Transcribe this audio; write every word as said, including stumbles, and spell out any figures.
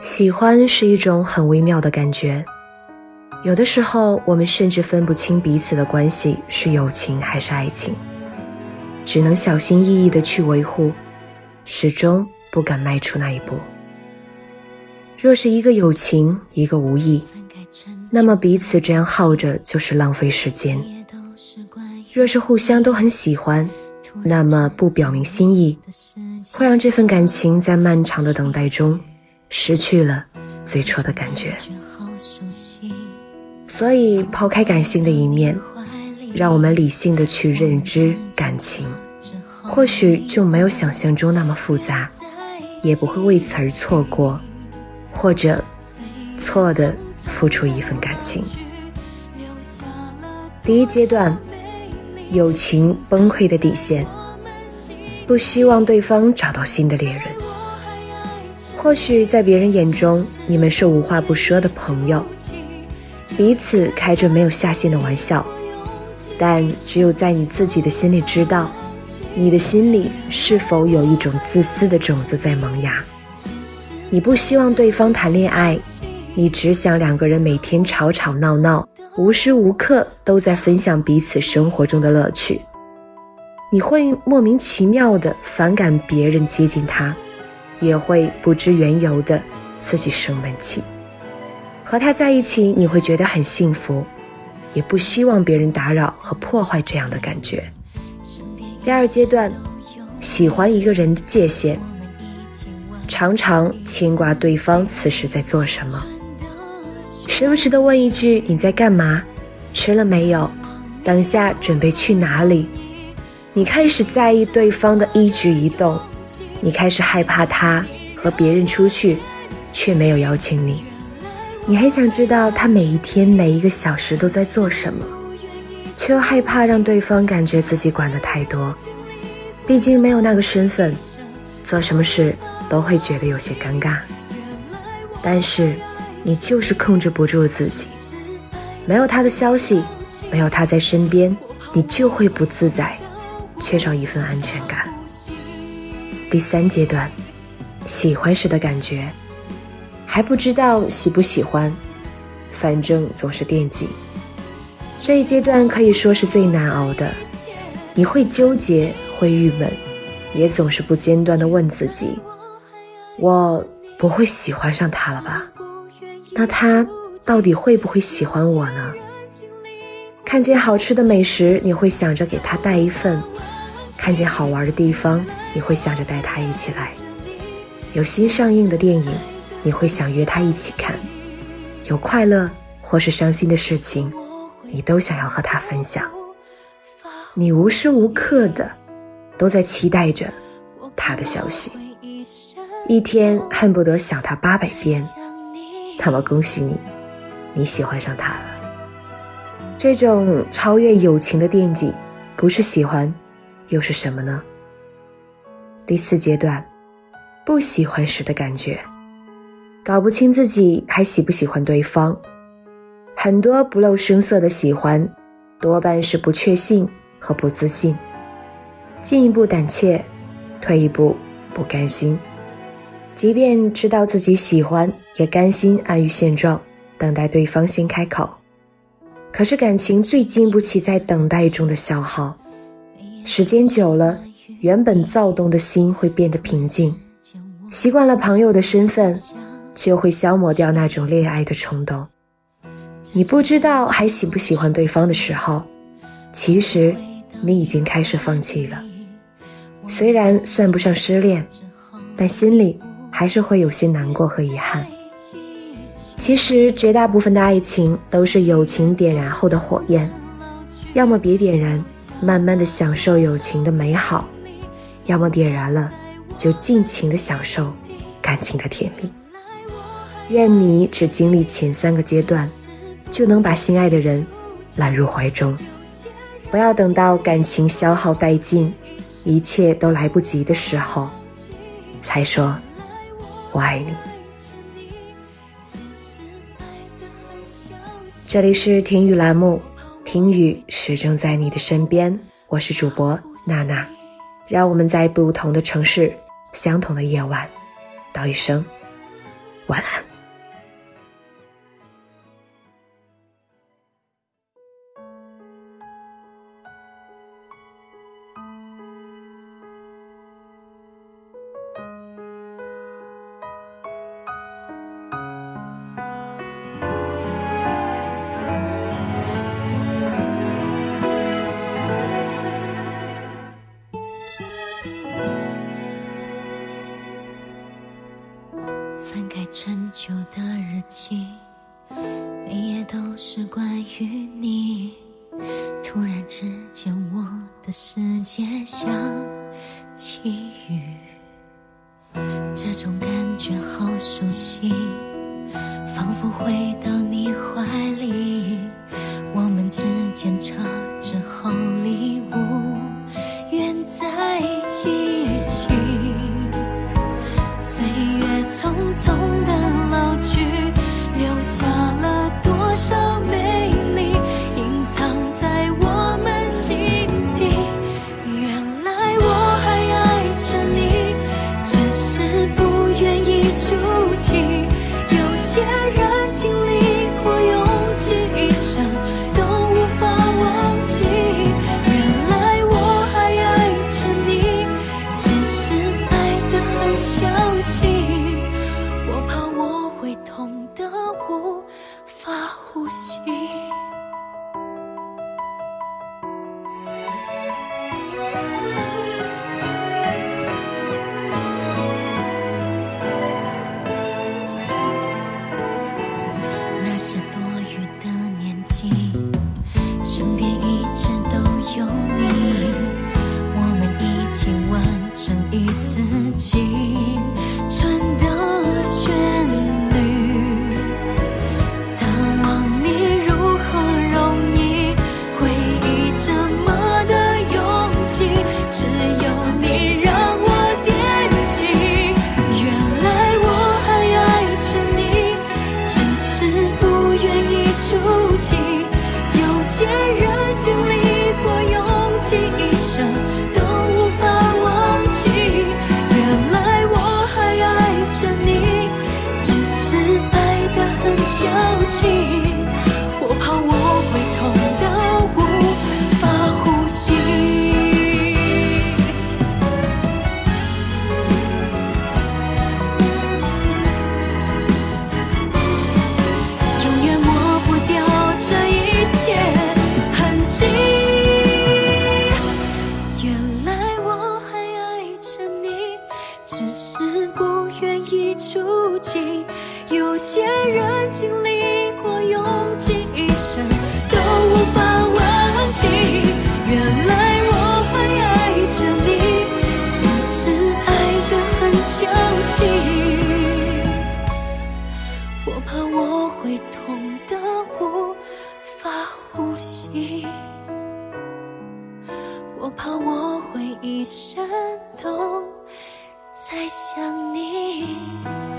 喜欢是一种很微妙的感觉，有的时候我们甚至分不清彼此的关系是友情还是爱情，只能小心翼翼地去维护，始终不敢迈出那一步。若是一个有情，一个无意，那么彼此这样耗着就是浪费时间。若是互相都很喜欢，那么不表明心意，会让这份感情在漫长的等待中失去了最初的感觉。所以抛开感性的一面，让我们理性的去认知感情，或许就没有想象中那么复杂，也不会为此而错过，或者错的付出一份感情。第一阶段，友情崩溃的底线，不希望对方找到新的恋人。或许在别人眼中，你们是无话不说的朋友，彼此开着没有下限的玩笑，但只有在你自己的心里知道，你的心里是否有一种自私的种子在萌芽。你不希望对方谈恋爱，你只想两个人每天吵吵闹闹，无时无刻都在分享彼此生活中的乐趣。你会莫名其妙地反感别人接近他，也会不知缘由地自己生闷气。和他在一起你会觉得很幸福，也不希望别人打扰和破坏这样的感觉。第二阶段，喜欢一个人的界限，常常牵挂对方此时在做什么，时不时地问一句你在干嘛，吃了没有，等下准备去哪里。你开始在意对方的一举一动，你开始害怕他和别人出去却没有邀请你，你很想知道他每一天每一个小时都在做什么，却又害怕让对方感觉自己管得太多，毕竟没有那个身份，做什么事都会觉得有些尴尬。但是你就是控制不住自己，没有他的消息，没有他在身边，你就会不自在，缺少一份安全感。第三阶段，喜欢时的感觉，还不知道喜不喜欢，反正总是惦记。这一阶段可以说是最难熬的，你会纠结，会郁闷，也总是不间断地问自己，我不会喜欢上他了吧？那他到底会不会喜欢我呢？看见好吃的美食，你会想着给他带一份，看见好玩的地方，你会想着带他一起来，有新上映的电影，你会想约他一起看，有快乐或是伤心的事情，你都想要和他分享。你无时无刻的都在期待着他的消息，一天恨不得想他八百遍。那么恭喜你，你喜欢上他了。这种超越友情的惦记，不是喜欢，又是什么呢？第四阶段，不喜欢时的感觉，搞不清自己还喜不喜欢对方。很多不露声色的喜欢，多半是不确信和不自信，进一步胆怯，退一步不甘心。即便知道自己喜欢，也甘心安于现状，等待对方先开口。可是感情最经不起在等待中的消耗，时间久了，原本躁动的心会变得平静，习惯了朋友的身份，就会消磨掉那种恋爱的冲动。你不知道还喜不喜欢对方的时候，其实你已经开始放弃了。虽然算不上失恋，但心里还是会有些难过和遗憾。其实绝大部分的爱情都是友情点燃后的火焰，要么别点燃，慢慢的享受友情的美好，要么点燃了，就尽情的享受感情的甜蜜。愿你只经历前三个阶段，就能把心爱的人揽入怀中，不要等到感情消耗殆尽，一切都来不及的时候，才说我爱你。这里是听雨栏目，听雨始终在你的身边，我是主播娜娜，让我们在不同的城市，相同的夜晚，道一声晚安。 翻开陈旧的日记，每页都是关于你。突然之间，我的世界像起雨，这种感觉好熟悉，仿佛回到你怀里。我们之间差着毫厘无缘在一起。岁月匆匆的老去，留下了多少美丽，隐藏在我们心底。原来我还爱着你，只是不愿意触及。有些人经历过，用尽一生都无法忘记。原来我还爱着你，只是爱得很相信。我怕我会痛得无法呼吸。那是多余的年纪，身边一直都有你，我们一起完成一次青春的旋律。淡忘你如何容易，回忆这么的拥挤，只有你让我惦记。原来我还爱着你，只是不愿意触及。有些人经历过，用尽一生都无法忘记。原来我还爱着你，只是爱得很相信。我怕我会痛得无法呼吸。永远抹不掉这一切痕迹。原来我还爱着你，只是不愿意触及。有些人经历过，用尽一生都无法忘记。原来我还爱着你，只是爱得很相信。我怕我会痛得无法呼吸，我怕我会一生都在想你。